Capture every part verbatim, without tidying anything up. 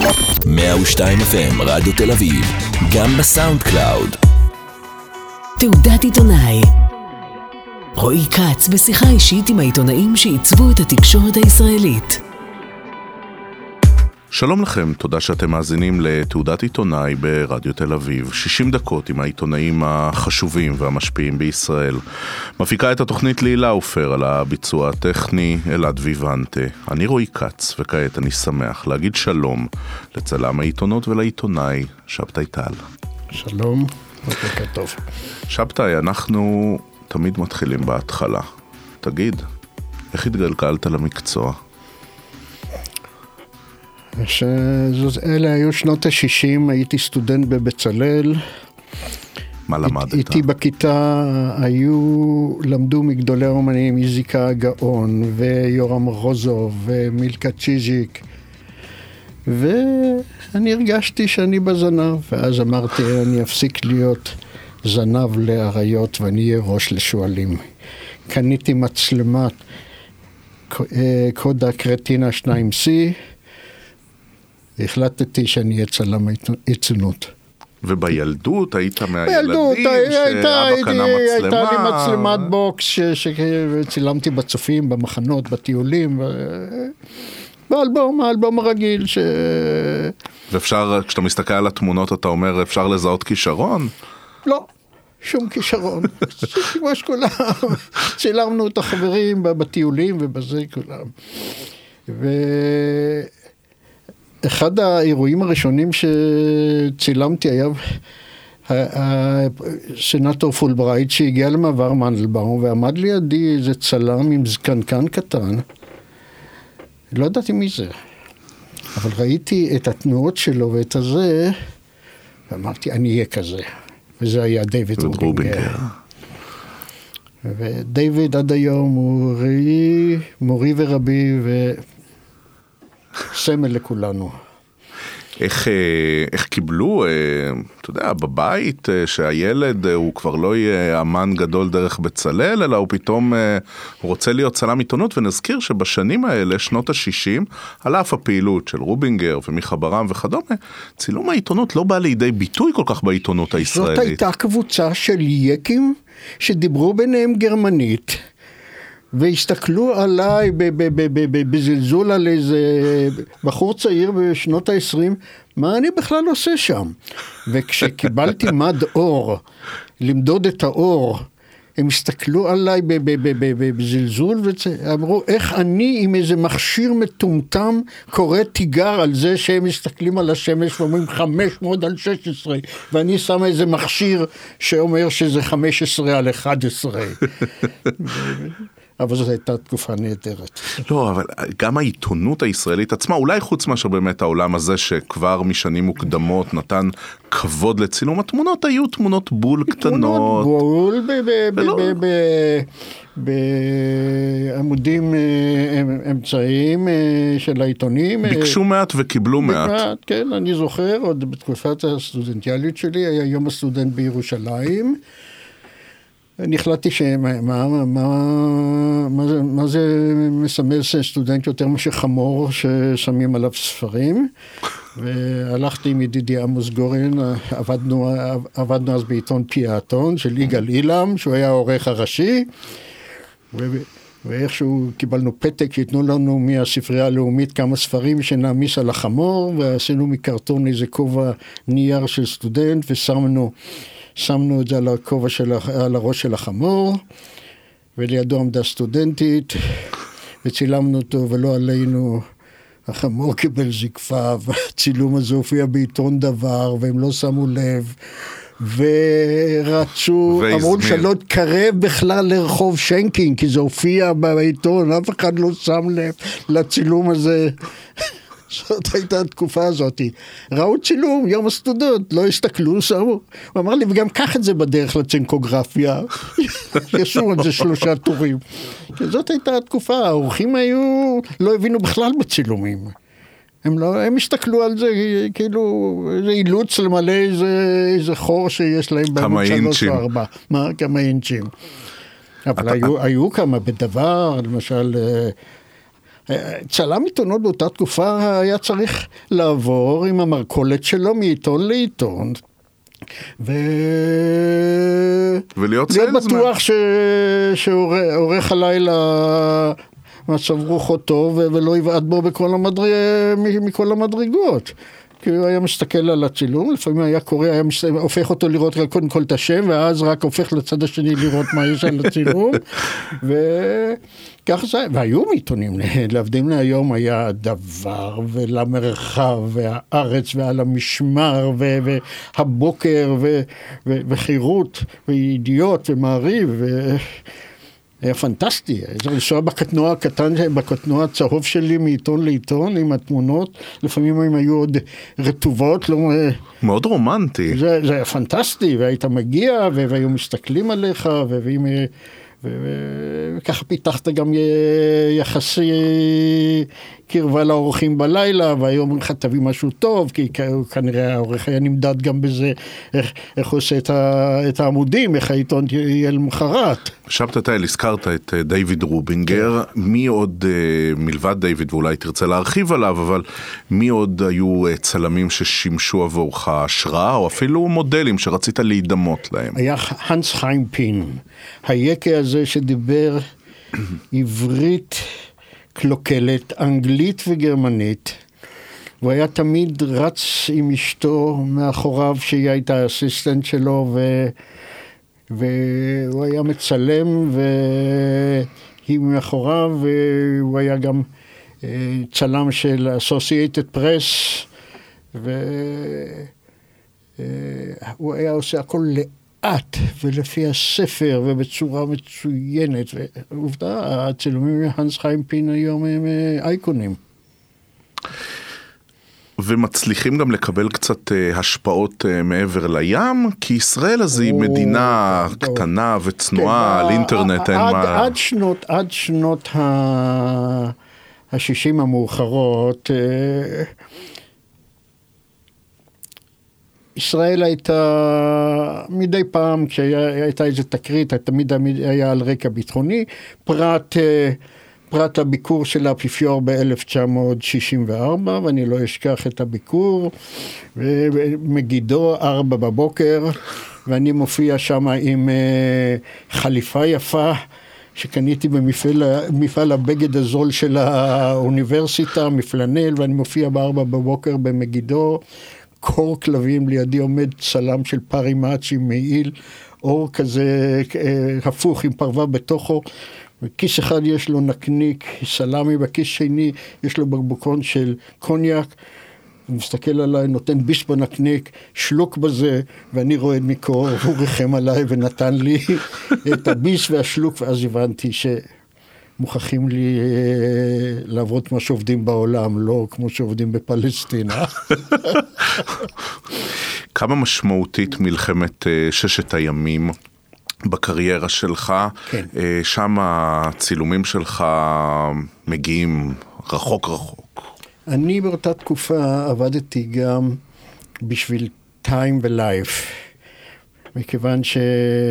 מאה ושתיים אף אם רדיו תל אביב, גם בסאונד קלאוד. תעודת עיתונאי. רועי קץ בשיחה אישית עם העיתונאים שעיצבו את התקשורת הישראלית. שלום לכם, תודה שאתם מאזינים לתעודת עיתונאי ברדיו תל אביב. שישים דקות עם העיתונאים החשובים והמשפיעים בישראל. מפיקה את התוכנית לילה אופר, על הביצוע הטכני אלעד ויוונטה. אני רועי קץ, וכעת אני שמח להגיד שלום לצלם העיתונות ולעיתונאי שבתאי טל. שלום, בוקר טוב. שבתאי, אנחנו תמיד מתחילים בהתחלה. תגיד, איך התגלגלת למקצוע? אלה היו שנות ה-שישים, הייתי סטודנט בבצלאל. מה למדת? איתי בכיתה היו, למדו מגדולי האומנים, איזיקה הגאון, ויורם רוזוב, ומילקה צ'יז'יק. ואני הרגשתי שאני בזנב, ואז אמרתי, אני אפסיק להיות זנב לאריות, ואני אהיה ראש לשואלים. קניתי מצלמת קודק רטינה שתיים סי, החלטתי שאני אהיה צלם עיתונות. ובילדות היית מהילדים בילדות, שאבא קנה מצלמה? הייתה לי מצלמת בוקס שצילמתי בצופים, במחנות, בטיולים, באלבום, האלבום הרגיל. ש... ואפשר, כשאתה מסתכל על התמונות, אתה אומר, אפשר לזהות כישרון? לא. שום כישרון. כמו שכולם. צילמנו את החברים בטיולים ובזה כולם. ו... אחד האירועים הראשונים שצילמתי היה הסנטור פולברייט שהגיע למעבר מנדלבאום ועמד לידי איזה צלם עם זקנקן קטן. לא ידעתי מי זה, אבל ראיתי את התנועות שלו ואת הזה ואמרתי אני אהיה כזה. וזה היה דיוויד רובינגר. ודיוויד עד היום הוא ראי, מורי ורבי ו... סמל לכולנו. איך, איך קיבלו, אתה יודע, בבית, שהילד הוא כבר לא יהיה אמן גדול דרך בצלאל, אלא הוא פתאום רוצה להיות צלם עיתונות, ונזכיר שבשנים האלה, שנות ה-שישים, על אף הפעילות של רובינגר ומיכה ברם וכדומה, צילום העיתונות לא בא לידי ביטוי כל כך בעיתונות הישראלית. זאת הייתה קבוצה של יקים שדיברו ביניהם גרמנית, והסתכלו עליי בזלזול על איזה בחור צעיר בשנות ה-עשרים, מה אני בכלל עושה שם? וכשקיבלתי מד אור, למדוד את האור, הם הסתכלו עליי בזלזול, ואמרו, איך אני עם איזה מכשיר מטומטם קורא תיגר על זה שהם מסתכלים על השמש ואומרים חמש מאות על שש עשרה, ואני שם איזה מכשיר שאומר שזה חמש עשרה על אחת עשרה. אבל זאת הייתה תקופה נהדרת. לא, אבל גם העיתונות הישראלית עצמה, אולי חוץ מאשר באמת העולם הזה שכבר משנים מוקדמות נתן כבוד לצילום, התמונות היו תמונות בול קטנות. תמונות בול בעמודים אמצעיים של העיתונים. ביקשו מעט וקיבלו מעט. כן, אני זוכר, עוד בתקופת הסטודנטיאליות שלי, היה יום הסטודנט בירושלים, אני החלטתי שמה, מה, מה, מה זה, מה זה מסמל סטודנט יותר מאשר חמור ששמים עליו ספרים, והלכתי עם ידידי עמוס גורן, עבדנו, עבדנו אז בעיתון פיאטון של יגאל אילם, שהוא היה העורך הראשי, ו... ואיכשהו קיבלנו פתק שיתנו לנו מהספרייה הלאומית כמה ספרים שנעמיס על החמור, ועשינו מקרטון איזה כובע נייר של סטודנט, ושמנו שמנו את זה על הכובע של, על הראש של החמור, ולידו עמדה סטודנטית, וצילמנו אותו, ולא עלינו, החמור קיבל זקפה, והצילום הזה הופיע בעיתון דבר, והם לא שמו לב, ורצו, אמרו שלא תקרב בכלל לרחוב שנקין, כי זה הופיע בעיתון, אף אחד לא שם לב לצילום הזה. זאת הייתה התקופה הזאת. ראו צילום, יום הסטודנט, לא הסתכלו, שמו. הוא אמר לי, וגם קח את זה בדרך לצינקוגרפיה. ישו על זה שלושה תורים. זאת הייתה התקופה, האורחים היו, לא הבינו בכלל בצילומים. הם לא, הם הסתכלו על זה, כאילו, איזה אילוץ למלא איזה, איזה חור שיש להם בעמוד שלוש או ארבע. מה? כמה אינצ'ים. אבל היו, היו כמה בדבר, למשל, צלם עיתונות באותה תקופה היה צריך לעבור עם המרכולת שלו מעיתון לעיתון. ו... ולהיות בטוח ש... שעורך הלילה מצב רוחו טוב ולא יבעט בו בכל המדרג... מכל המדרגות. כי הוא היה מסתכל על הצילום, לפעמים היה קורא, היה מסתכל, הופך אותו לראות קודם כל את השם, ואז רק הופך לצד השני לראות מה יש על הצילום, וכך זה, והיו עיתונים, להבדיל מהיום היה דבר, ולמרחב, והארץ, ועל המשמר, והבוקר, וחירות, וידיעות, ומעריב, ו... היה פנטסטי, זה לנסוע בקטנוע הקטן, בקטנוע הצהוב שלי מעיתון לעיתון עם התמונות, לפעמים הם היו עוד רטובות, לא... מאוד רומנטי. זה, זה היה פנטסטי, והיית מגיע, והיו מסתכלים עליך, ואם... וככה פיתחת גם יחסי קרבה לאורחים בלילה, והיום אומרים לך תביא משהו טוב, כי כנראה האורח היה נמדד גם בזה, איך, איך הוא עושה את, ה, את העמודים, איך העיתון יהיה למחרת. שבתת אל, הזכרת את דיוויד רובינגר, מי עוד, מלבד דיוויד, ואולי תרצה להרחיב עליו, אבל מי עוד היו צלמים ששימשו עבורך השראה, או אפילו מודלים שרצית להידמות להם? היה הנס חיים פין, היקה הזה שדיבר עברית קלוקלת, אנגלית וגרמנית, והוא היה תמיד רץ עם אשתו מאחוריו, שהיא הייתה אסיסטנט שלו, ו... והוא היה מצלם, והיא מאחוריו, והוא היה גם צלם של Associated Press, והוא היה עושה הכל לאט, ולפי הספר, ובצורה מצוינת, ועובדה, הצילומים מהנס חיים פין היום הם אייקונים. ומצליחים גם לקבל קצת השפעות מעבר לים, כי ישראל אז היא מדינה קטנה וצנועה, על אינטרנט אין מה... עד שנות, עד שנות השישים המאוחרות, ישראל הייתה מדי פעם, כשהייתה איזו תקרית, תמיד היה על רקע ביטחוני, פרט... פרט הביקור של האפיפיור ב-אלף תשע מאות שישים וארבע, ואני לא אשכח את הביקור, ומגידו ארבע בבוקר, ואני מופיע שם עם חליפה יפה, שקניתי במפעל הבגד הזול של האוניברסיטה, מפלנל, ואני מופיע בארבע בבוקר במגידו, קור כלבים, לידי עומד צלם של פארי מאצ'י מעיל, אור כזה הפוך עם פרווה בתוכו, בכיס אחד יש לו נקניק, סלמי, בכיס שני יש לו בקבוקון של קוניאק, הוא מסתכל עליי, נותן ביס בנקניק, שלוק בזה, ואני רועד מקור, הוא ריחם עליי ונתן לי את הביס והשלוק, ואז הבנתי שמוכרחים לי לעבוד כמו שעובדים בעולם, לא כמו שעובדים בפלסטינה. כמה משמעותית מלחמת ששת הימים בקריירה שלך, כן. שם הצילומים שלך מגיעים רחוק רחוק. אני באותה תקופה עבדתי גם בשביל Time ו-Life, מכיוון ש...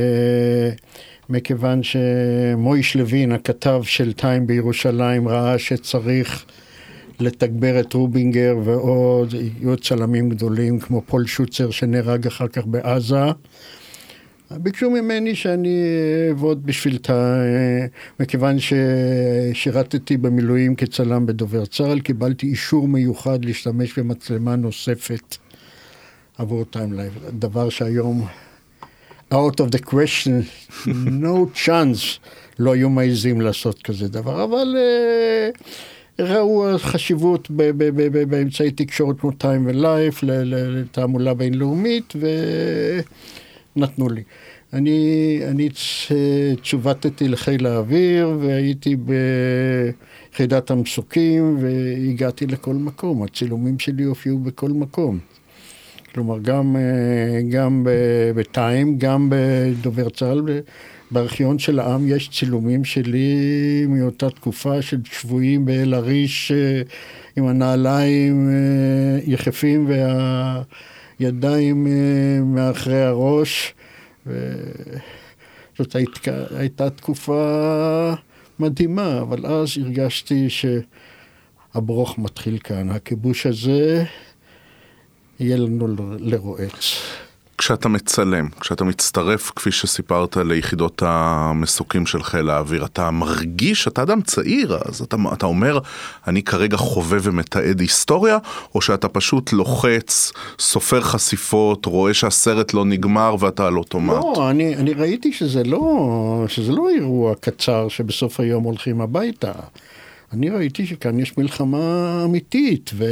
מכיוון שמויש לוין, הכתב של Time בירושלים, ראה שצריך לתגבר את רובינגר, ועוד היו צלמים גדולים כמו פול שוצר שנהרג אחר כך בעזה, ביקשו ממני שאני אעבוד בשביל תה, מכיוון ששירתתי במילואים כצלם בדובר צה"ל, קיבלתי אישור מיוחד להשתמש במצלמה נוספת עבור טיימלייב, דבר שהיום out of the question, no chance, לא היו מעזים לעשות כזה דבר, אבל ראו חשיבות באמצעי תקשורת כמו טיים ולייף, לתעמולה בינלאומית, ו... נתנו לי. אני, אני צובטתי לחיל האוויר, והייתי ביחידת המסוקים, והגעתי לכל מקום. הצילומים שלי הופיעו בכל מקום. כלומר, גם, גם בטיים, גם בדובר צה"ל, בארכיון של העם יש צילומים שלי מאותה תקופה של שבויים באל הריש, עם הנעליים יחפים וה... ידיים מאחרי הראש, וזאת הייתה תקופה מדהימה, אבל אז הרגשתי שהברוך מתחיל כאן. הכיבוש הזה יהיה לנו לרועץ. כשאתה מצלם, כשאתה מצטרף, כפי שסיפרת, ליחידות המסוקים של חיל האוויר, אתה מרגיש, אתה אדם צעיר, אז אתה, אתה אומר, אני כרגע חווה ומתעד היסטוריה, או שאתה פשוט לוחץ, סופר חשיפות, רואה שהסרט לא נגמר ואתה על אוטומט? לא, אני, אני ראיתי שזה לא, שזה לא אירוע קצר שבסוף היום הולכים הביתה. אני ראיתי שכאן יש מלחמה אמיתית, ו...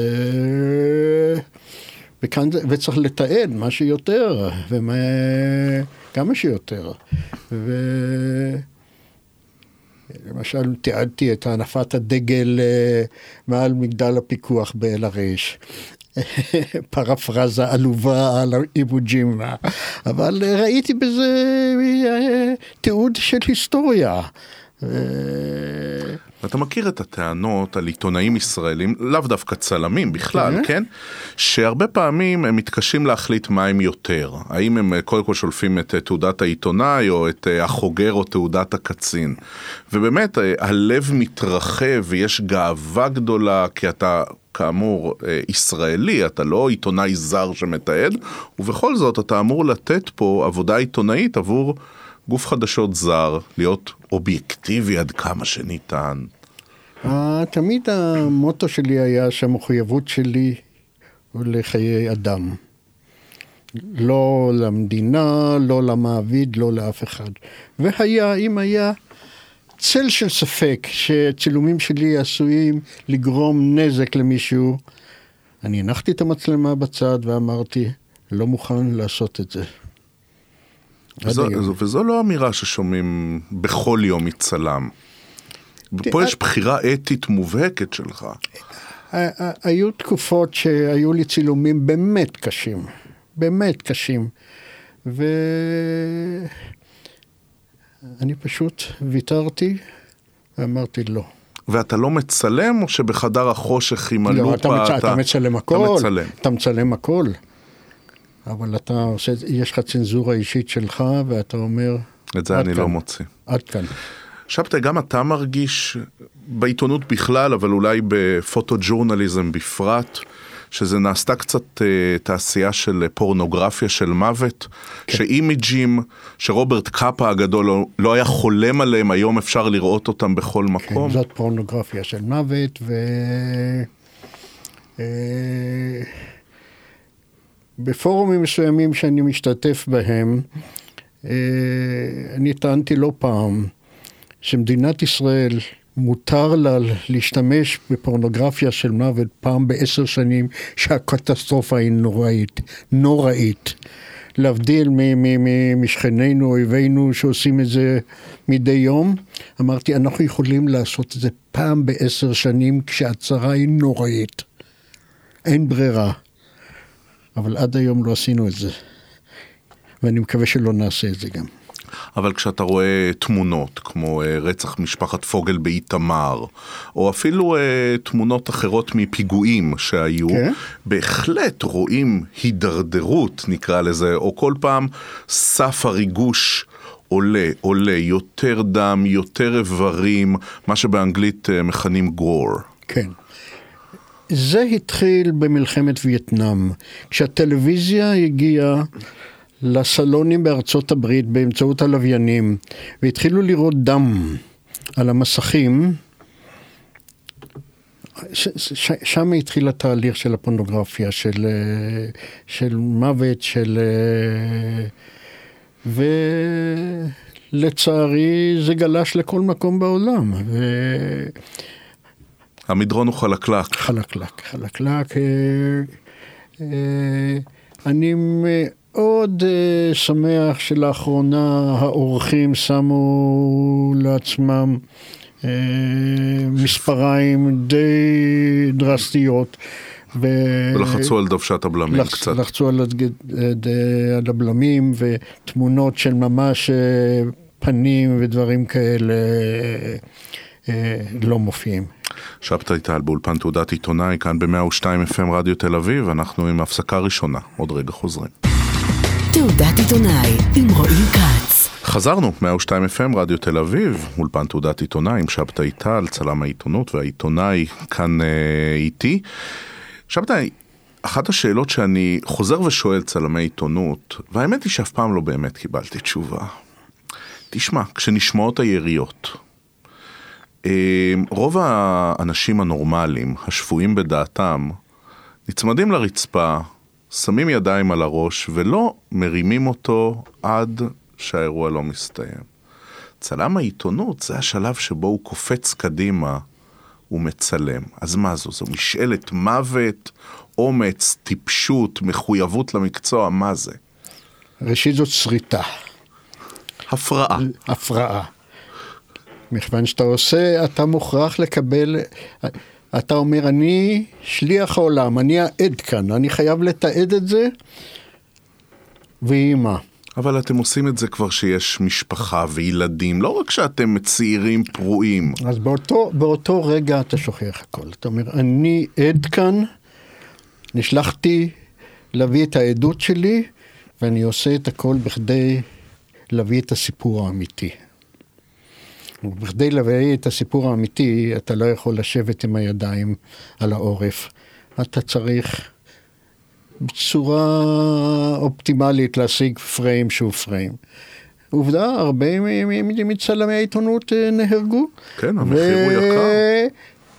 וכאן, וצריך לתעד מה שיותר, ומה, כמה שיותר. ולמשל, תיעדתי את הנפת הדגל מעל מגדל הפיקוח באל הרש. פרפרזה עלובה על איבו ג'ימה. אבל ראיתי בזה תיעוד של היסטוריה. אתה מכיר את הטענות על עיתונאים ישראלים, לאו דווקא צלמים בכלל, כן? שהרבה פעמים הם מתקשים להחליט מה הם יותר. האם הם קודם כל שולפים את תעודת העיתונאי, או את החוגר או תעודת הקצין. ובאמת, הלב מתרחב ויש גאווה גדולה, כי אתה כאמור ישראלי, אתה לא עיתונאי זר שמתעד, ובכל זאת אתה אמור לתת פה עבודה עיתונאית עבור גוף חדשות זר, להיות אובייקטיבי עד כמה שניתן. תמיד המוטו שלי היה שהמחויבות שלי הוא לחיי אדם. לא למדינה, לא למעביד, לא לאף אחד. והיה, אם היה צל של ספק שצילומים שלי עשויים לגרום נזק למישהו, אני הנחתי את המצלמה בצד ואמרתי, לא מוכן לעשות את זה. וזו, וזו לא אמירה ששומעים בכל יום מצלם. פה יש בחירה אתית מובהקת שלך. היו תקופות שהיו לי צילומים באמת קשים. באמת קשים. ואני פשוט ויתרתי ואמרתי לא. ואתה לא מצלם או שבחדר החושך עם הלופה? לא, אתה, מצ... אתה, אתה מצלם הכל. אתה מצלם. אתה מצלם הכל. אבל אתה עושה, יש לך צנזורה אישית שלך, ואתה אומר... את זה אני כאן. לא מוציא. עד כאן. שבתאי, גם אתה מרגיש בעיתונות בכלל, אבל אולי בפוטוג'ורנליזם בפרט, שזה נעשתה קצת uh, תעשייה של פורנוגרפיה של מוות, כן. שאימיג'ים, שרוברט קאפה הגדול לא, לא היה חולם עליהם, היום אפשר לראות אותם בכל מקום. כן, זאת פורנוגרפיה של מוות, ו... בפורומים מסוימים שאני משתתף בהם, אני טענתי לא פעם שמדינת ישראל מותר לה להשתמש בפורנוגרפיה של מוות פעם בעשר שנים, שהקטסטרופה היא נוראית, נוראית. להבדיל משכנינו, אויבינו שעושים את זה מדי יום. אמרתי, אנחנו יכולים לעשות את זה פעם בעשר שנים כשהצרה היא נוראית. אין ברירה. אבל עד היום לא עשינו את זה. ואני מקווה שלא נעשה את זה גם. אבל כשאתה רואה תמונות, כמו רצח משפחת פוגל באיתמר, או אפילו תמונות אחרות מפיגועים שהיו, כן? בהחלט רואים הידרדרות, נקרא לזה, או כל פעם סף הריגוש עולה, עולה, יותר דם, יותר איברים, מה שבאנגלית מכנים גור. כן. זה התחיל במלחמת וייטנאם, כשהטלוויזיה הגיעה לסלונים בארצות הברית באמצעות הלוויינים, והתחילו לראות דם על המסכים, ש- ש- שם התחיל התהליך של הפורנוגרפיה, של, של מוות, של... ולצערי זה גלש לכל מקום בעולם. ו... המדרון הוא חלקלק. חלקלק, חלקלק. אני מאוד שמח שלאחרונה האורחים שמו לעצמם מספריים די דרסטיות. ולחצו על דוושת הבלמים לחצ... קצת. לחצו על, על הבלמים ותמונות של ממש פנים ודברים כאלה לא מופיעים. שבתאי טל באולפן תעודת עיתונאי, כאן ב-מאה ושתיים אף אם רדיו תל אביב, אנחנו עם הפסקה ראשונה, עוד רגע חוזרים. תעודת עיתונאי עם רועי כץ. חזרנו, מאה ושתיים אף אם, רדיו תל אביב, אולפן תעודת עיתונאי, עם שבתאי טל, צלם העיתונות, והעיתונאי כאן אה, איתי. שבתאי, אחת השאלות שאני חוזר ושואל צלמי עיתונות, והאמת היא שאף פעם לא באמת קיבלתי תשובה. תשמע, כשנשמעות היריות, אה, רוב האנשים הנורמליים, השפויים בדעתם, נצמדים לרצפה, שמים ידיים על הראש, ולא מרימים אותו עד שהאירוע לא מסתיים. צלם העיתונות זה השלב שבו הוא קופץ קדימה, הוא מצלם. אז מה זו? זו משאלת מוות, אומץ, טיפשות, מחויבות למקצוע, מה זה? ראשית זאת שריטה. הפרעה. הפרעה. מכיוון שאתה עושה, אתה מוכרח לקבל, אתה אומר, אני שליח העולם, אני העד כאן, אני חייב לתעד את זה, והיא מה? אבל אתם עושים את זה כבר שיש משפחה וילדים, לא רק שאתם צעירים פרועים. אז באותו, באותו רגע אתה שוכח הכל. אתה אומר, אני עד כאן, נשלחתי להביא את העדות שלי, ואני עושה את הכל בכדי להביא את הסיפור האמיתי. ובכדי להביא את הסיפור האמיתי, אתה לא יכול לשבת עם הידיים על העורף. אתה צריך בצורה אופטימלית להשיג פריים שהוא פריים. עובדה, הרבה מצלמי העיתונות נהרגו. כן, המחיר הוא יקר.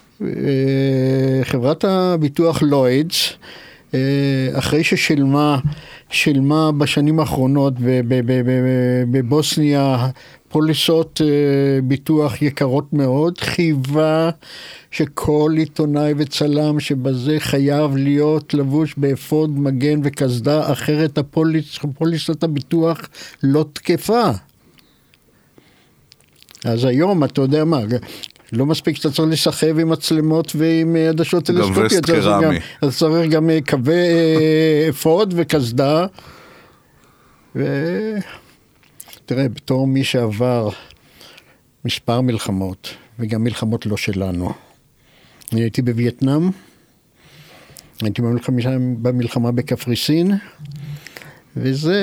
חברת הביטוח לוידס, אחרי ששילמה שילמה בשנים האחרונות בבוסניה פוליסות ביטוח יקרות מאוד, חייבה שכל עיתונאי וצלם שבזה חייב להיות לבוש באפוד מגן וקסדה, אחרת הפוליס, פוליסת הביטוח לא תקפה. אז היום אתה יודע מה, לא מספיק שאתה צריך לשחב עם מצלמות ועם עדשות טלסקופיות. גם וסט קרמי. אז צריך גם קווי אפוד וקסדה. ותראה, בתור מי שעבר מספר מלחמות, וגם מלחמות לא שלנו. אני הייתי בווייטנאם, הייתי במלחמה, במלחמה בקפריסין, וזה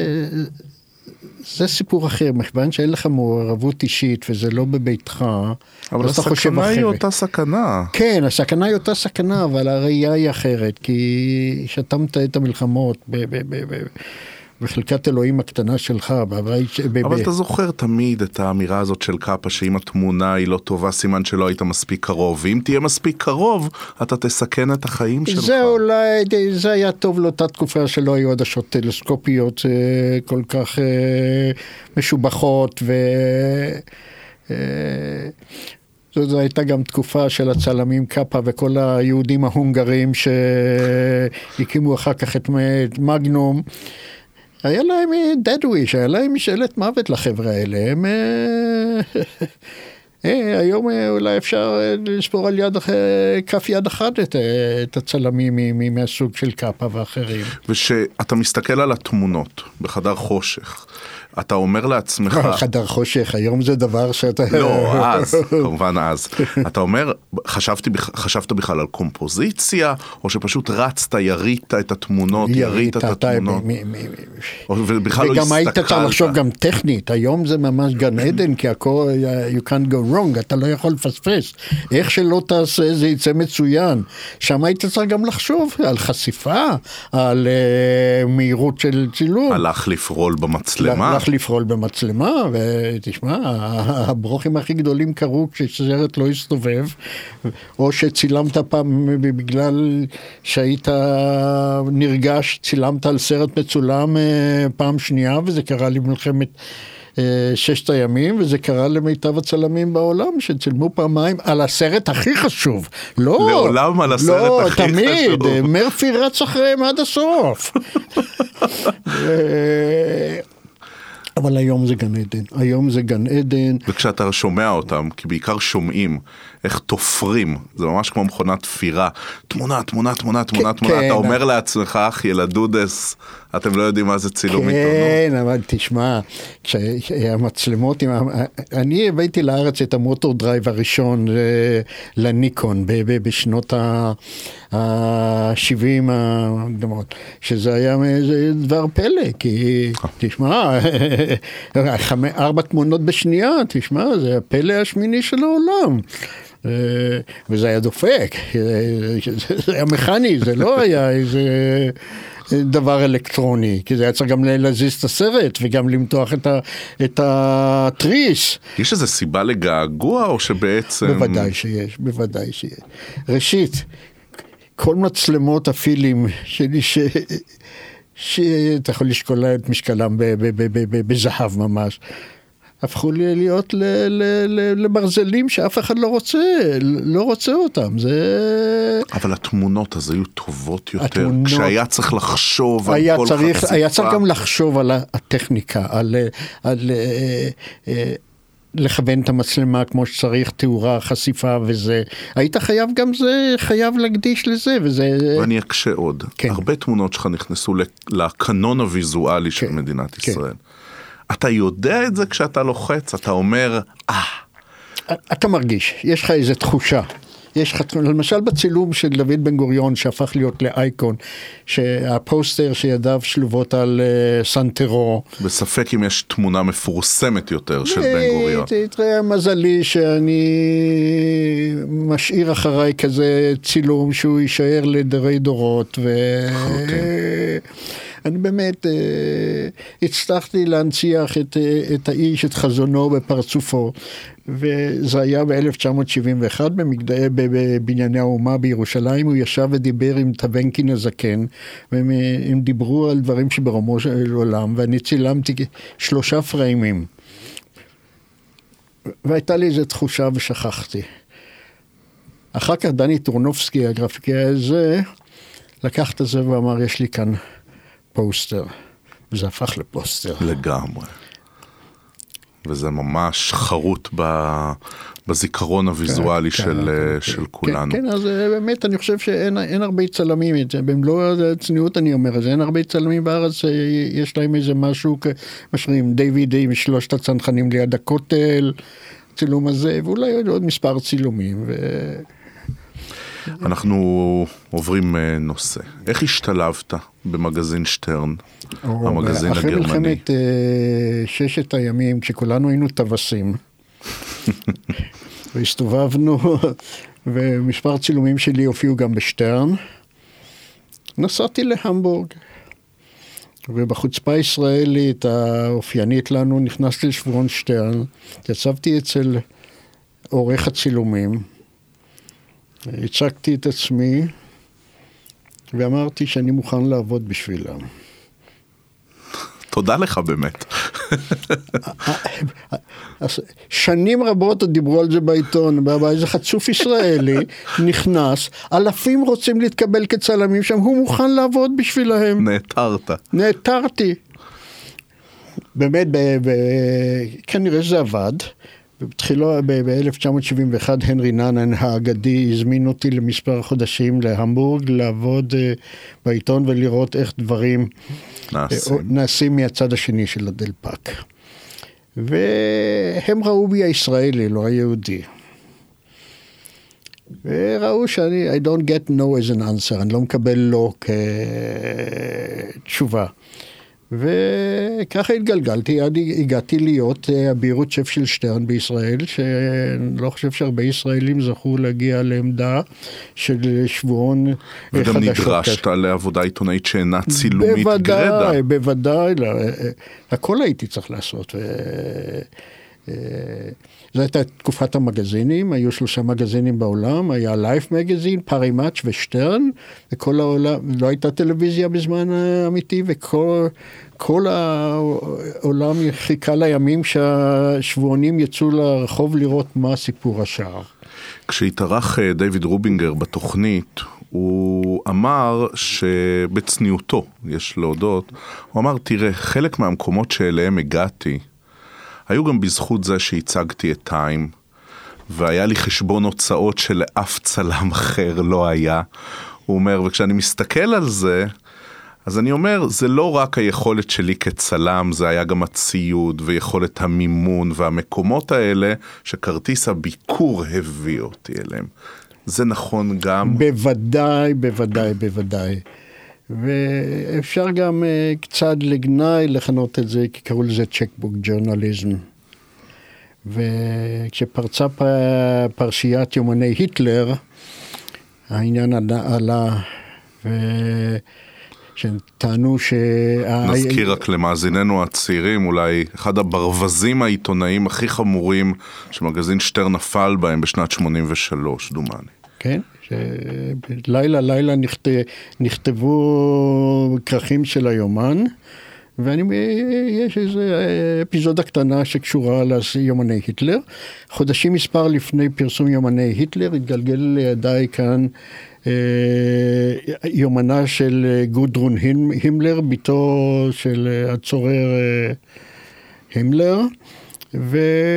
זה סיפור אחר, מכיוון שאין לך מעורבות אישית, וזה לא בביתך, אבל הסכנה היא אותה סכנה. כן, הסכנה היא אותה סכנה, אבל הראייה היא אחרת, כי שתמת את המלחמות ב... ב, ב, ב בחלקת אלוהים הקטנה שלך, בבית... אבל אתה זוכר תמיד את האמירה הזאת של קאפה, שאם התמונה היא לא טובה, סימן שלא היית מספיק קרוב, ואם תהיה מספיק קרוב, אתה תסכן את החיים שלך. זה אולי, זה היה טוב לאותה תקופה שלא היו עדשות טלסקופיות כל כך משובחות, ו... זו הייתה גם תקופה של הצלמים קאפה וכל היהודים ההונגרים שהקימו אחר כך את מגנום. היה להם דדוויש, היה להם משאלת מוות לחבר'ה האלה. הם, היום אולי אפשר לספור על יד, כף יד אחת את, את הצלמים מהסוג של קאפה ואחרים. ושאתה מסתכל על התמונות בחדר חושך, אתה אומר לעצמך... חדר חושך, היום זה דבר שאתה... לא, אז, כמובן אז. אתה אומר, חשבתי, חשבת בכלל על קומפוזיציה, או שפשוט רצת, ירית את התמונות, ירית את התמונות. ובכלל לא הסתכלת. וגם היית צריך לחשוב גם טכנית, היום זה ממש גן עדן, כי הכל, you can't go wrong, אתה לא יכול לפספס. איך שלא תעשה, זה יצא מצוין. שם היית צריך גם לחשוב על חשיפה, על מהירות של צילום. על להחליף רול במצלמה. להחליף רול במצלמה, ותשמע, הברוכים הכי גדולים קרו כשסרט לא הסתובב, או שצילמת פעם בגלל שהיית נרגש, צילמת על סרט מצולם פעם שנייה, וזה קרה לי במלחמת ששת הימים, וזה קרה למיטב הצלמים בעולם, שצילמו פעמיים על הסרט הכי חשוב. לא, לעולם על הסרט לא, הכי תמיד, חשוב. תמיד, מרפי רץ אחריהם עד הסוף. אבל היום זה גן עדן, היום זה גן עדן. וכשאתה שומע אותם, כי בעיקר שומעים איך תופרים, זה ממש כמו מכונת תפירה, תמונה, תמונה, תמונה, תמונה, תמונה, אתה אומר לעצמך, אח ילדודס, אתם לא יודעים מה זה צילום עיתונות. כן, אבל תשמע, כשהמצלמות, אני הבאתי לארץ את המוטור דרייב הראשון לניקון, בשנות ה-שבעים המוקדמות, שזה היה דבר פלא, כי תשמע, ארבע תמונות בשנייה, תשמע, זה הפלא השמיני של העולם. וזה היה דופק, זה היה מכני, זה לא היה איזה דבר אלקטרוני, כי זה היה צריך גם להזיז את הסרט וגם למתוח את, ה, את התריס. יש איזו סיבה לגעגוע או שבעצם... בוודאי שיש, בוודאי שיש. ראשית, כל מצלמות הפילים שלי ש... שאתה יכול לשקול את משקלם בזהב ממש, הפכו לי להיות לברזלים שאף אחד לא רוצה, לא רוצה אותם. זה... אבל התמונות אז היו טובות יותר, התמונות... כשהיה צריך לחשוב על כל צריך, חשיפה. היה צריך גם לחשוב על הטכניקה, על, על לכוון את המצלמה כמו שצריך, תאורה, חשיפה וזה. היית חייב גם זה, חייב להקדיש לזה וזה... ואני אקשה עוד. כן. הרבה תמונות שלך נכנסו לקנון הוויזואלי של כן, מדינת כן. ישראל. אתה יודע את זה כשאתה לוחץ, אתה אומר, אה. אתה מרגיש, יש לך איזו תחושה. יש לך, למשל בצילום של דוד בן גוריון, שהפך להיות לאייקון, שהפוסטר שידיו שלובות על uh, סנטרו. בספק אם יש תמונה מפורסמת יותר של בן גוריון. תראה, מזלי שאני משאיר אחריי כזה צילום, שהוא יישאר לדרי דורות, ו... אני באמת אה, הצלחתי להנציח את, את האיש, את חזונו בפרצופו, וזה היה ב-אלף תשע מאות שבעים ואחת במגדעי, בבנייני האומה בירושלים, הוא ישב ודיבר עם טבנקין הזקן, והם הם דיברו על דברים שברומו של עולם, ואני צילמתי שלושה פריימים, והייתה לי איזו תחושה ושכחתי. אחר כך דני טורנובסקי, הגרפיקאי הזה, לקח את זה ואמר, יש לי כאן פוסטר, וזה הפך לפוסטר. לגמרי. וזה ממש חרוט בזיכרון הוויזואלי של, של כולנו. כן, אז באמת אני חושב שאין אין הרבה צלמים, במלוא הצניעות אני אומר, אז אין הרבה צלמים בארץ, יש להם איזה משהו, משרים דיוויד עם שלושת הצנחנים ליד הכותל, צילום הזה, ואולי עוד מספר צילומים, ו... אנחנו עוברים נושא. איך השתלבת במגזין שטרן, המגזין הגרמני? אחרי מלחמת ששת הימים, כשכולנו היינו טווסים, והסתובבנו, ומספר צילומים שלי הופיעו גם בשטרן, נסעתי להמבורג, ובחוצפה הישראלית האופיינית לנו, נכנסתי לשבועון שטרן, יצבתי אצל עורך הצילומים, הצגתי את עצמי, ואמרתי שאני מוכן לעבוד בשבילם. תודה לך באמת. שנים רבות דיברו על זה בעיתון, באיזה חצוף ישראלי נכנס, אלפים רוצים להתקבל כצלמים שם, הוא מוכן לעבוד בשבילהם. נעתרת. נעתרתי. באמת, כנראה שזה עבד. בתחילו, ב-אלף תשע מאות שבעים ואחת, הנרי נאנן האגדי הזמין אותי למספר חודשים להמבורג, לעבוד בעיתון ולראות איך דברים נעשים, נעשים מהצד השני של הדלפק. והם ראו בי הישראלי, לא היהודי. וראו שאני, I don't get no as an answer, אני לא מקבל לא כתשובה. וככה התגלגלתי, עד הגעתי להיות הבירות שף של שטרן בישראל, שאני לא חושב שהרבה ישראלים זכו להגיע לעמדה של שבועון חדשות. וגם נדרשת לעבודה עיתונאית שאינה צילומית גרדה. בוודאי, בוודאי, הכל הייתי צריך לעשות. זו הייתה תקופת המגזינים, היו שלושה מגזינים בעולם, היה לייף מגזין, פארימאץ' ושטרן, וכל העולם, לא הייתה טלוויזיה בזמן האמיתי, וכל כל העולם חיכה לימים שהשבועונים יצאו לרחוב לראות מה סיפור השער. כשהתארח דיוויד רובינגר בתוכנית, הוא אמר שבצניעותו, יש להודות, הוא אמר, תראה, חלק מהמקומות שאליהם הגעתי, היו גם בזכות זה שהצגתי את טיים, והיה לי חשבון הוצאות שלאף צלם אחר לא היה. הוא אומר, וכשאני מסתכל על זה, אז אני אומר, זה לא רק היכולת שלי כצלם, זה היה גם הציוד ויכולת המימון והמקומות האלה שכרטיס הביקור הביא אותי אליהם. זה נכון גם? בוודאי, בוודאי, בוודאי. ואפשר גם uh, קצת לגנאי לכנות את זה, כי קראו לזה צ'קבוק ג'ורנליזם. וכשפרצה פרשיית יומני היטלר, העניין עלה, ושטענו ש... נזכיר רק למאזיננו הצעירים, אולי אחד הברווזים העיתונאים הכי חמורים שמגזין שטרן נפל בהם בשנת שמונים ושלוש, דומני. כן, לילה לילה נכת... נכתבו כרכים של היומן, ויש איזו אפיזודה קטנה שקשורה ליומני היטלר. חודשים מספר לפני פרסום יומני היטלר, התגלגל לידיי כאן אה, יומנה של גודרון הימלר, ביתו של הצורר אה, הימלר, ו...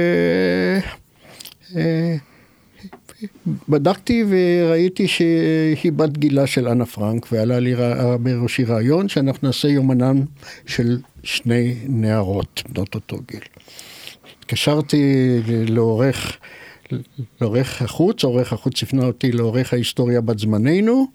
אה, בדקתי וראיתי שהיא בת גילה של אנה פרנק, ועלה לי בראשי רעיון שאנחנו נעשה יומנן של שני נערות בנות אותו גיל. התקשרתי לעורך, לעורך החוץ, עורך החוץ הפנה אותי לעורך ההיסטוריה בת זמננו,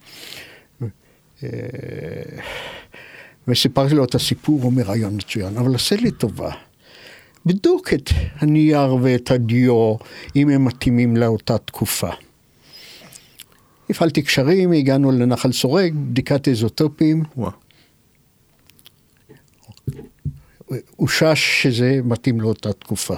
וסיפרתי לו את הסיפור, הוא אומר רעיון מצוין, אבל עשה לי טובה. בדוק את הנייר ואת הדיו, אם הם מתאימים לאותה תקופה. הפעלתי קשרים, הגענו לנחל סורג, בדיקת איזוטופים. וואו. הוא שש שזה מתאים לאותה תקופה.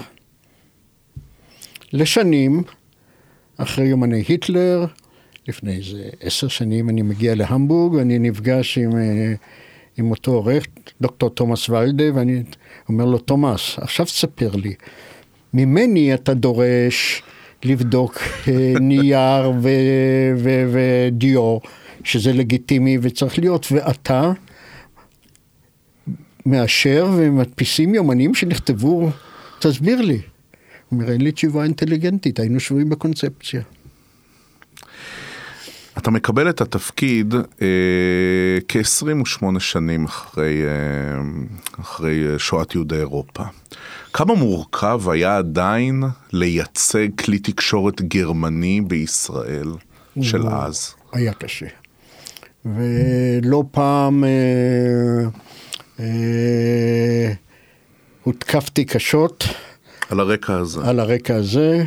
לשנים, אחרי יומני היטלר, לפני איזה עשר שנים, אני מגיע להמבורג, ואני נפגש עם... עם אותו עורך, דוקטור תומאס ולדה, ואני אומר לו, תומאס, עכשיו תספר לי, ממני אתה דורש לבדוק נייר ו- ו- ודיו, שזה לגיטימי וצריך להיות, ואתה מאשר ומדפיסים יומנים שנכתבו, תסביר לי. הוא אומר, אין לי תשובה אינטליגנטית, היינו שבועים בקונספציה. אתה מקבל את התפקיד אה, כ-עשרים ושמונה שנים אחרי, אה, אחרי שואת יהודי אירופה. כמה מורכב היה עדיין לייצג כלי תקשורת גרמני בישראל של אז? היה קשה. ולא פעם אה, אה, הותקפתי קשות. על הרקע הזה. על הרקע הזה.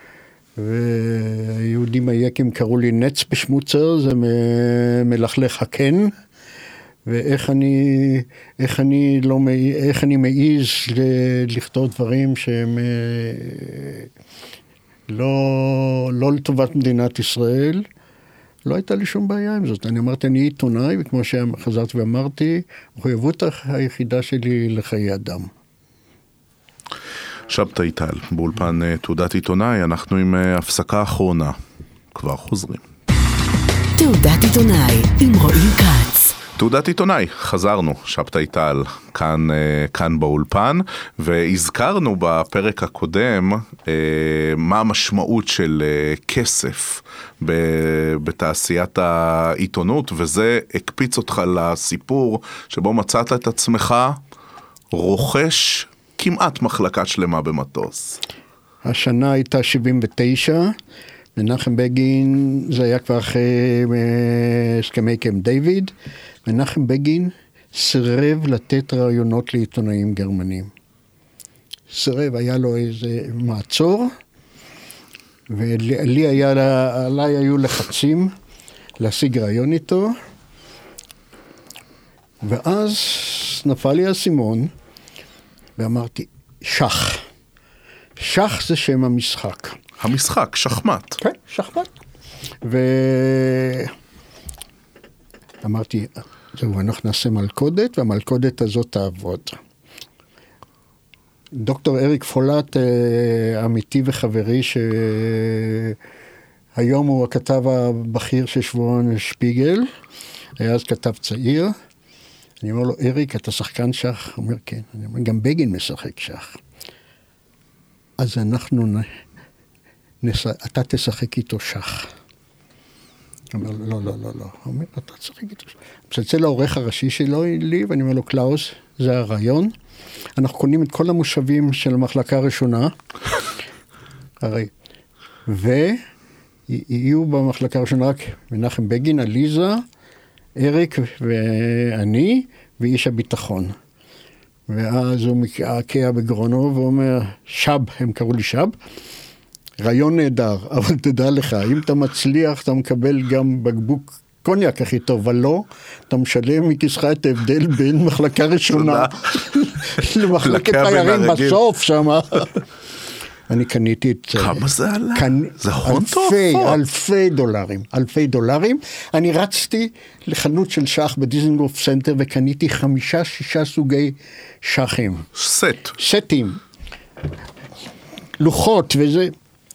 ויהודים היקים קראו לי נץ בשמוצר, זה מלכלך הקן, ואיך אני, איך אני לא, איך אני מעיז לכתוב דברים שהם לא, לא לטובת מדינת ישראל. לא הייתה לי שום בעיה עם זאת. אני אמרתי, אני עיתונאי, וכמו שחזרתי ואמרתי, מחויבות היחידה שלי לחיי אדם. שבתאי טל, באולפן תעודת עיתונאי, אנחנו עם הפסקה אחרונה, כבר חוזרים. תעודת עיתונאי עם רועי קץ. תעודת עיתונאי, חזרנו, שבתאי טל, כאן, כאן באולפן, והזכרנו בפרק הקודם מה המשמעות של כסף בתעשיית העיתונות, וזה הקפיץ אותך לסיפור שבו מצאת את עצמך רוכש כמעט מחלקה שלמה במטוס. השנה הייתה שבעים ותשע, מנחם בגין, זה היה כבר אחרי הסכמי קמפ דיוויד, מנחם בגין סירב לתת רעיונות לעיתונאים גרמנים. סירב, היה לו איזה מעצור, ולי היה, עליי היו לחצים להשיג רעיון איתו, ואז נפל לי הסימון, ואמרתי, שח. שח זה שם המשחק. המשחק, שחמט. כן, שחמט. ואמרתי, זהו, אנחנו נעשה מלכודת, והמלכודת הזאת תעבוד. דוקטור אריק פולט, אמיתי וחברי, שהיום הוא הכתב הבכיר של שבועון שפיגל, היה אז כתב צעיר, אני אומר לו, אריק, אתה שחקן שח? הוא אומר, כן. אני אומר, גם בגין משחק שח. אז אנחנו אתה תשחק איתו שח. הוא אומר, לא, לא, לא, לא. הוא אומר, אתה תשחק איתו שח. מצלצל לעורך הראשי שלו לי, ואני אומר לו, קלאוס, זה הרעיון. אנחנו קונים את כל המושבים של המחלקה הראשונה, הרי, ויהיו במחלקה הראשונה רק מנחם בגין, עליזה, אריק ואני, ואיש הביטחון. ואז הוא מקעקע בגרונו ואומר, שב, הם קראו לי שב, רעיון נהדר, אבל תדע לך, אם אתה מצליח, אתה מקבל גם בקבוק קוניאק הכי טוב, ולא, אתה משלם מכיסך את ההבדל בין מחלקה ראשונה למחלקת תיירים בסוף שם. אני קניתי את זה. כמה זה עלה? זה הון תועפות. אלפי דולרים, אלפי דולרים. אני רצתי לחנות של שח בדיזנגוף סנטר, וקניתי חמישה, שישה סוגי שחים. סט. סטים. לוחות וזה.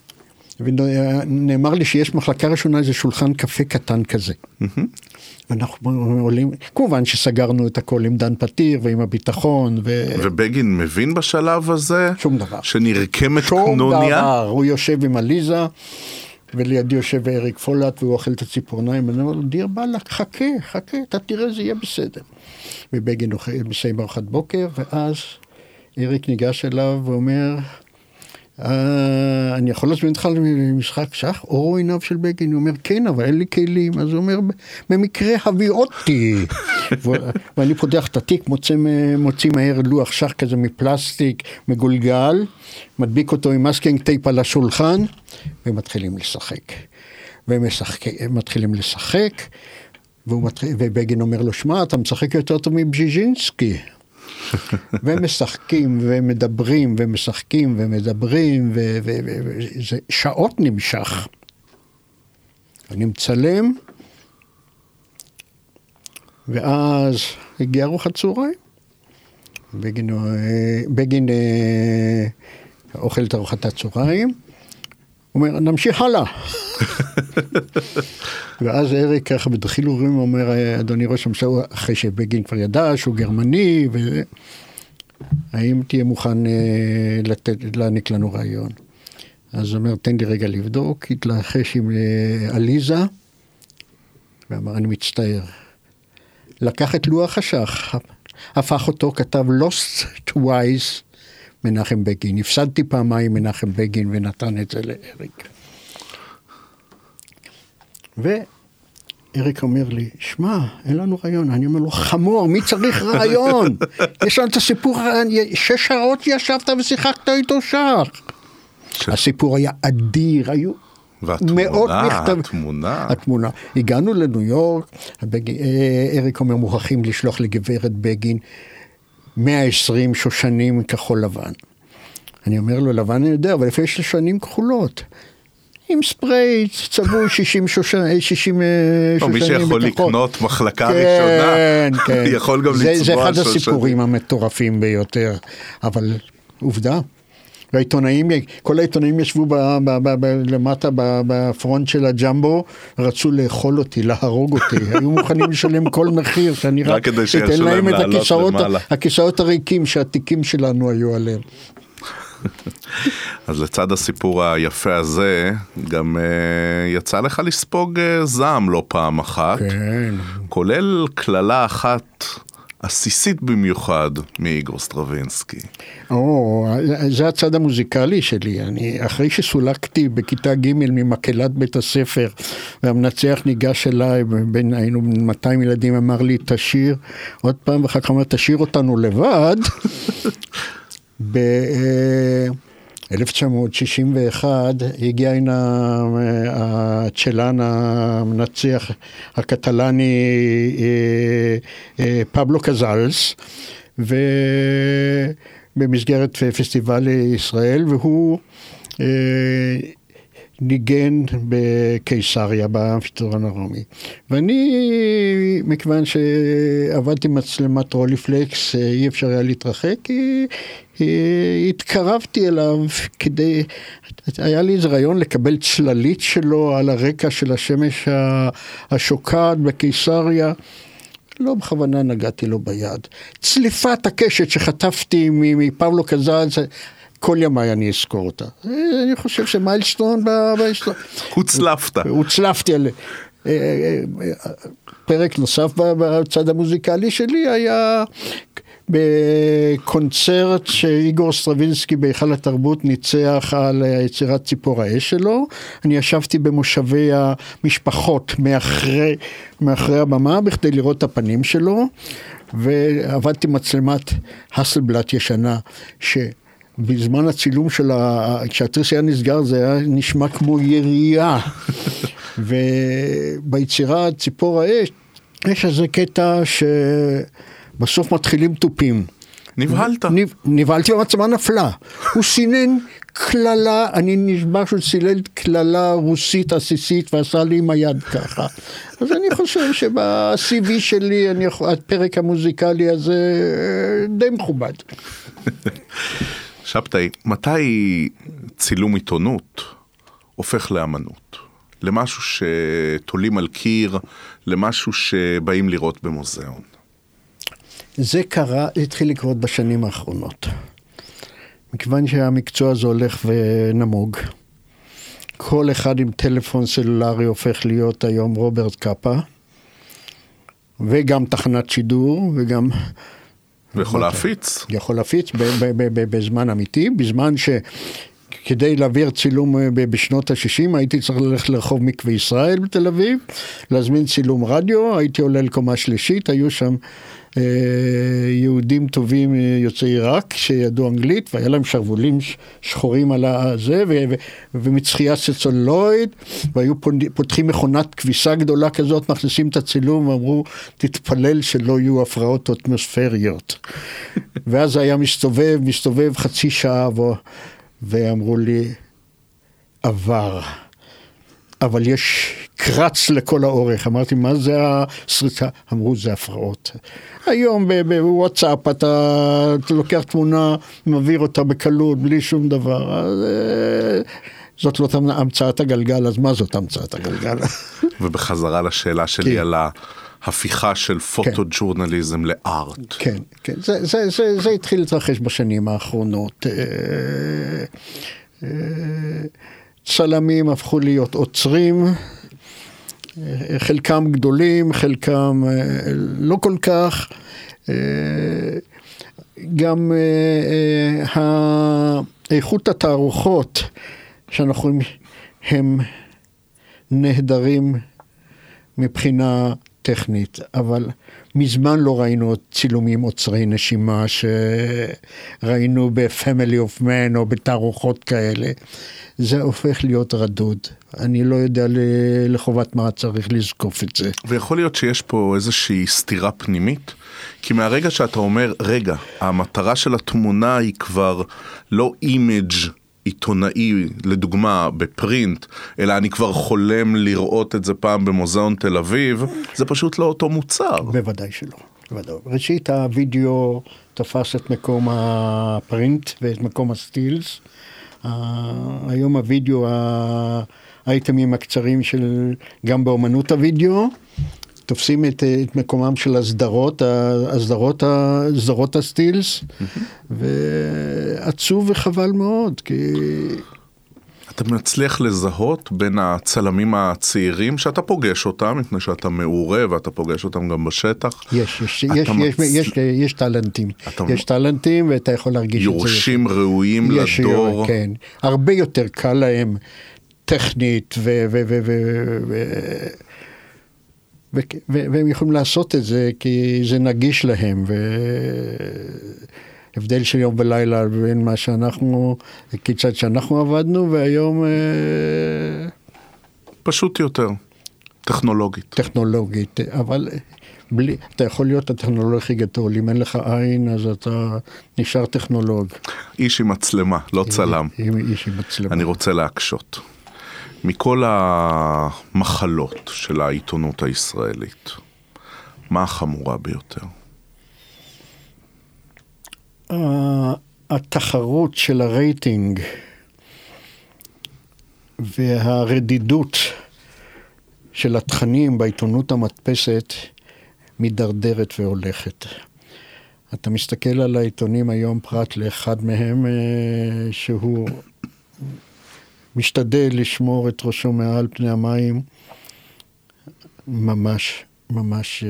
ונאמר לי שיש מחלקה ראשונה, איזה שולחן קפה קטן כזה. אנחנו עולים, כמובן שסגרנו את הכל עם דן פתיר ועם הביטחון. ו... ובגין מבין בשלב הזה? שום דבר. שנרקמת שום קנוניה? שום דבר. הוא יושב עם עליזה, ולידי יושב אריק פולט, והוא אוכל את הציפורניים, ואני אומר לו, דיר בלק, חכה, חכה, אתה תראה, זה יהיה בסדר. ובגין מסיים ארוחת בוקר, ואז אריק ניגש אליו ואומר, אני יכול להזמין אותך למשחק שח? אורו עיניו של בגין, הוא אומר, כן, אבל אין לי כלים. אז הוא אומר, במקרה הביא אותי. ואני פותח את התיק, מוציא מהר לוח שח כזה מפלסטיק, מגולגל, מדביק אותו עם מסקינג טייפ על השולחן, ומתחילים לשחק. והם מתחילים לשחק, ובגין אומר לו, שמע, אתה משחק יותר טוב מבז'יז'ינסקי. והם משחקים ומדברים ומשחקים ומדברים וזה שעות נמשך. אני מצלם, ואז הגיע ארוחת צהריים. בגין, בגין אוכל את ארוחת הצהריים, הוא אומר, נמשיך הלאה. ואז אריק ככה בדחיל הורים אומר, אדוני ראש הממשלה, אחרי שבגין כבר ידע שהוא גרמני, ו... האם תהיה מוכן לתת, להעניק לנו רעיון? אז הוא אומר, תן לי רגע לבדוק, התלחש עם עליזה, ואמר, אני מצטער. לקח את לוח השח, הפך אותו, כתב Lost Twice, מנחם בגין. הפסדתי פעמיים מנחם בגין, ונתן את זה לאריק. ואריק אומר לי, שמע, אין לנו רעיון. אני אומר לו, חמור, מי צריך רעיון? יש לנו את הסיפור, שש שעות ישבת ושיחקת איתו שח. ש... הסיפור היה אדיר, היו מאות מכתב. והתמונה. התמונה. הגענו לניו יורק, הבג... אריק אומר, מוכרחים לשלוח לגברת בגין, מאה ועשרים שושנים כחול לבן. אני אומר לו, לבן אני יודע, אבל לפעמים יש שושנים כחולות. עם ספרי, צבעו שישים שושנים, שישים שושנים. מי שיכול לקנות מחלקה ראשונה, יכול גם לצבוע שושנים. זה אחד הסיפורים המטורפים ביותר, אבל עובדה. והעיתונאים, כל העיתונאים ישבו למטה בפרונט של הג'מבו, רצו לאכול אותי, להרוג אותי, היו מוכנים לשלם כל מחיר, שאני רק אתן להם את הכיסאות הריקים שהתיקים שלנו היו עליהם. אז לצד הסיפור היפה הזה, גם uh, יצא לך לספוג uh, זעם לא פעם אחת, כן. כולל כללה אחת עסיסית במיוחד מאיגור סטרווינסקי. או, זה הצד המוזיקלי שלי. אני, אחרי שסולקתי בכיתה ג' ממקהלת בית הספר, והמנצח ניגש אליי, בין, היינו מאתיים ילדים, אמר לי, תשיר, עוד פעם, ואחר כך אמר, תשיר אותנו לבד, ב-אלף תשע מאות שישים ואחת הגיע הנה הצ'לן המנצח הקטלני פבלו קזלס, ובמסגרת פסטיבל ישראל, והוא ניגן בקיסריה, באמפיתיאטרון הרומי. ואני, מכיוון שעבדתי מצלמת רוליפלקס, אי אפשר היה להתרחק, כי התקרבתי אליו כדי, היה לי איזה רעיון לקבל צללית שלו על הרקע של השמש השוקעת בקיסריה, לא בכוונה נגעתי לו ביד. צליפת הקשת שחטפתי מפאולו קזלס, כל ימי אני אזכור אותה. אני חושב שמיילסטון בהיסטוריה. הוצלפת. הוצלפתי על... פרק נוסף בצד המוזיקלי שלי היה בקונצרט שאיגור סטרווינסקי בהיכל התרבות ניצח על יצירת ציפור האש שלו. אני ישבתי במושבי המשפחות מאחרי, מאחרי הבמה בכדי לראות את הפנים שלו, ועבדתי מצלמת הסלבלט ישנה, שבזמן הצילום של ה... כשהתריס היה נסגר זה היה נשמע כמו ירייה. וביצירה ציפור האש יש איזה קטע שבסוף מתחילים טופים. נבהלת. נבהלתי והמצלמה נפלה. הוא סינן כללה, אני נשבע שהוא צילל כללה רוסית עסיסית ועשה לי עם היד ככה. אז אני חושב שב-סי וי שלי, אני, הפרק המוזיקלי הזה די מכובד. שבתאי, מתי צילום עיתונות הופך לאמנות? למשהו שתולים על קיר, למשהו שבאים לראות במוזיאון? זה קרה, זה התחיל לקרות בשנים האחרונות. מכיוון שהמקצוע הזה הולך ונמוג. כל אחד עם טלפון סלולרי הופך להיות היום רוברט קאפה, וגם תחנת שידור, וגם... ויכול להפיץ. יכול להפיץ בזמן אמיתי, בזמן ש... כדי להעביר צילום בשנות ה-שישים, הייתי צריך ללכת לרחוב מקווה ישראל בתל אביב, להזמין צילום רדיו, הייתי עולה לקומה שלישית, היו שם אה, יהודים טובים יוצאי עיראק, שידעו אנגלית, והיה להם שרבולים שחורים על הזה, ו- ו- ומצחייה סצולויד, והיו פותחים מכונת כביסה גדולה כזאת, מכניסים את הצילום, ואמרו, תתפלל שלא יהיו הפרעות אטמוספריות. ואז היה מסתובב, מסתובב חצי שעה, ו... ואמרו לי, עבר, אבל יש קרץ לכל האורך. אמרתי, מה זה הסריטה? אמרו, זה הפרעות. היום בוואטסאפ אתה לוקח תמונה, מעביר אותה בקלות, בלי שום דבר. אז, זאת לא המצאת הגלגל, אז מה זאת המצאת הגלגל? ובחזרה לשאלה שלי על ההפיכה של פוטו-ג'ורנליזם לארט. כן, כן. זה, זה, זה, זה התחיל להתרחש בשנים האחרונות. צלמים הפכו להיות עוצרים, חלקם גדולים, חלקם לא כל כך. גם איכות התערוכות שאנחנו רואים הם נהדרים מבחינה טכנית, אבל מזמן לא ראינו צילומים עוצרי נשימה שראינו ב-Family of Man או בתערוכות כאלה. זה הופך להיות רדוד. אני לא יודע לחובת מה צריך לזקוף את זה. ויכול להיות שיש פה איזושהי סתירה פנימית, כי מהרגע שאתה אומר, רגע, המטרה של התמונה היא כבר לא אימג' עיתונאי, לדוגמה, בפרינט, אלא אני כבר חולם לראות את זה פעם במוזיאון תל אביב, זה פשוט לא אותו מוצר. בוודאי שלא. בוודאי. ראשית, הווידאו תפס את מקום הפרינט ואת מקום הסטילס. היום הווידאו, האייטמים הקצרים של, גם באומנות הווידאו, תופסים את, את מקומם של הסדרות, הסדרות, הסדרות הסטילס, ועצוב וחבל מאוד, כי... אתה מצליח לזהות בין הצלמים הצעירים, שאתה פוגש אותם, מפני שאתה מעורה, ואתה פוגש אותם גם בשטח. יש, יש, יש, מצ... יש, יש, יש טלנטים. אתה... יש טלנטים, ואתה יכול להרגיש את זה. יורשים ראויים יש, לדור. כן. הרבה יותר קל להם, טכנית, ו... ו, ו, ו, ו והם יכולים לעשות את זה כי זה נגיש להם, והבדל של יום ולילה בין מה שאנחנו, כיצד שאנחנו עבדנו, והיום... פשוט יותר, טכנולוגית. טכנולוגית, אבל בלי, אתה יכול להיות הטכנולוג הכי גדול, אם אין לך עין אז אתה נשאר טכנולוג. איש עם מצלמה, לא צלם. איש עם מצלמה. אני רוצה להקשות. מכל המחלות של העיתונות הישראלית, מה החמורה ביותר? התחרות של הרייטינג והרדידות של התכנים בעיתונות המדפסת מדרדרת והולכת. אתה מסתכל על העיתונים היום פרט לאחד מהם, שהוא משתדל לשמור את ראשו מעל פני המים, ממש, ממש...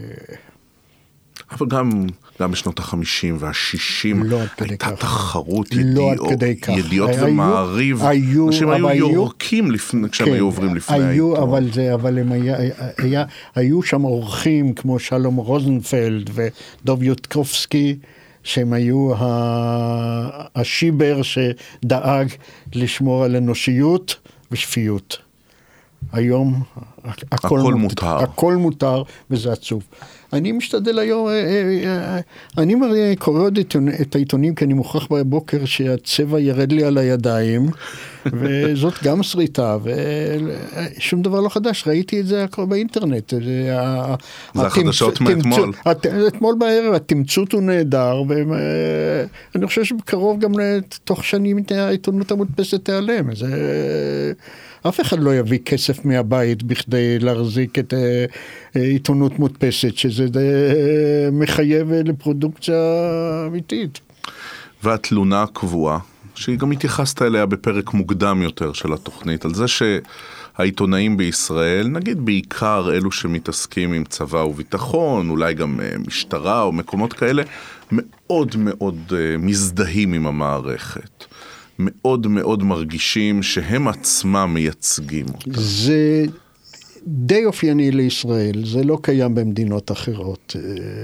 אבל גם, גם בשנות החמישים והשישים, לא הייתה כך. תחרות, לא ידיעות, כך. ידיעות היו, ומעריב, היו, אנשים היו היו, יורקים לפני, כשהם כן, היו עוברים לפני היו, העיתון. אבל, זה, אבל הם היה, היה, היו שם אורחים כמו שלום רוזנפלד ודוב יודקובסקי, שהם היו השיבר שדאג לשמור על אנושיות ושפיות. היום הכל, הכל מותר. הכל מותר, וזה עצוב. אני משתדל היום, אני קורא עוד את העיתונים, כי אני מוכרח בבוקר שהצבע ירד לי על הידיים, וזאת גם שריטה, ושום דבר לא חדש, ראיתי את זה באינטרנט. זה החדשות מאתמול. אתמול בערב, התמצות הוא נהדר, ואני חושב שבקרוב גם תוך שנים העיתונות המודפסת תיעלם. זה... אף אחד לא יביא כסף מהבית בכדי להחזיק את עיתונות מודפסת, שזה מחייב לפרודוקציה אמיתית. והתלונה הקבועה, שהיא גם התייחסת אליה בפרק מוקדם יותר של התוכנית, על זה שהעיתונאים בישראל, נגיד בעיקר אלו שמתעסקים עם צבא וביטחון, אולי גם משטרה או מקומות כאלה, מאוד מאוד מזדהים עם המערכת. מאוד מאוד מרגישים שהם עצמם מייצגים אותם. זה די אופייני לישראל, זה לא קיים במדינות אחרות.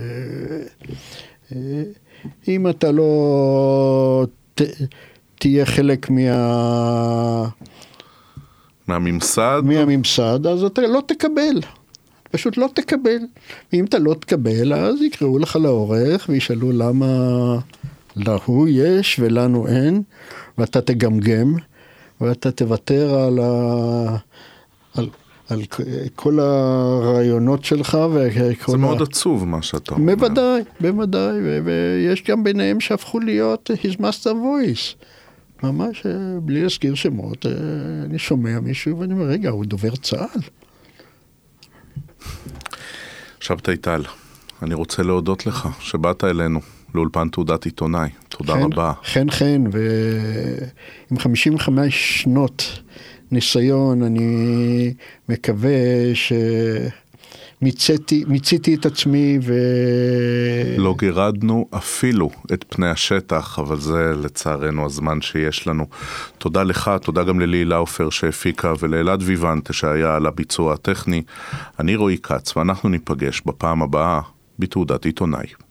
אם אתה לא ת, תהיה חלק מה... מהממסד? מהממסד, אז אתה לא תקבל. פשוט לא תקבל. אם אתה לא תקבל, אז יקראו לך לעורך וישאלו למה להוא יש ולנו אין. ואתה תגמגם, ואתה תוותר על, ה... על, על כל הרעיונות שלך. זה מאוד ה... עצוב מה שאתה אומר. בוודאי, בוודאי, ויש גם ביניהם שהפכו להיות his master voice. ממש, בלי להזכיר שמות, אני שומע מישהו ואני אומר, רגע, הוא דובר צה"ל. שבת איטל, אני רוצה להודות לך שבאת אלינו. לאולפן תעודת עיתונאי. תודה חן, רבה. חן חן, ועם חמישים וחמש שנות ניסיון, אני מקווה שמיציתי מיציתי את עצמי ו... לא גירדנו אפילו את פני השטח, אבל זה לצערנו הזמן שיש לנו. תודה לך, תודה גם ללילה לאופר שהפיקה, ולאלעד ויוונטה שהיה על הביצוע הטכני. אני רועי קץ, ואנחנו ניפגש בפעם הבאה בתעודת עיתונאי.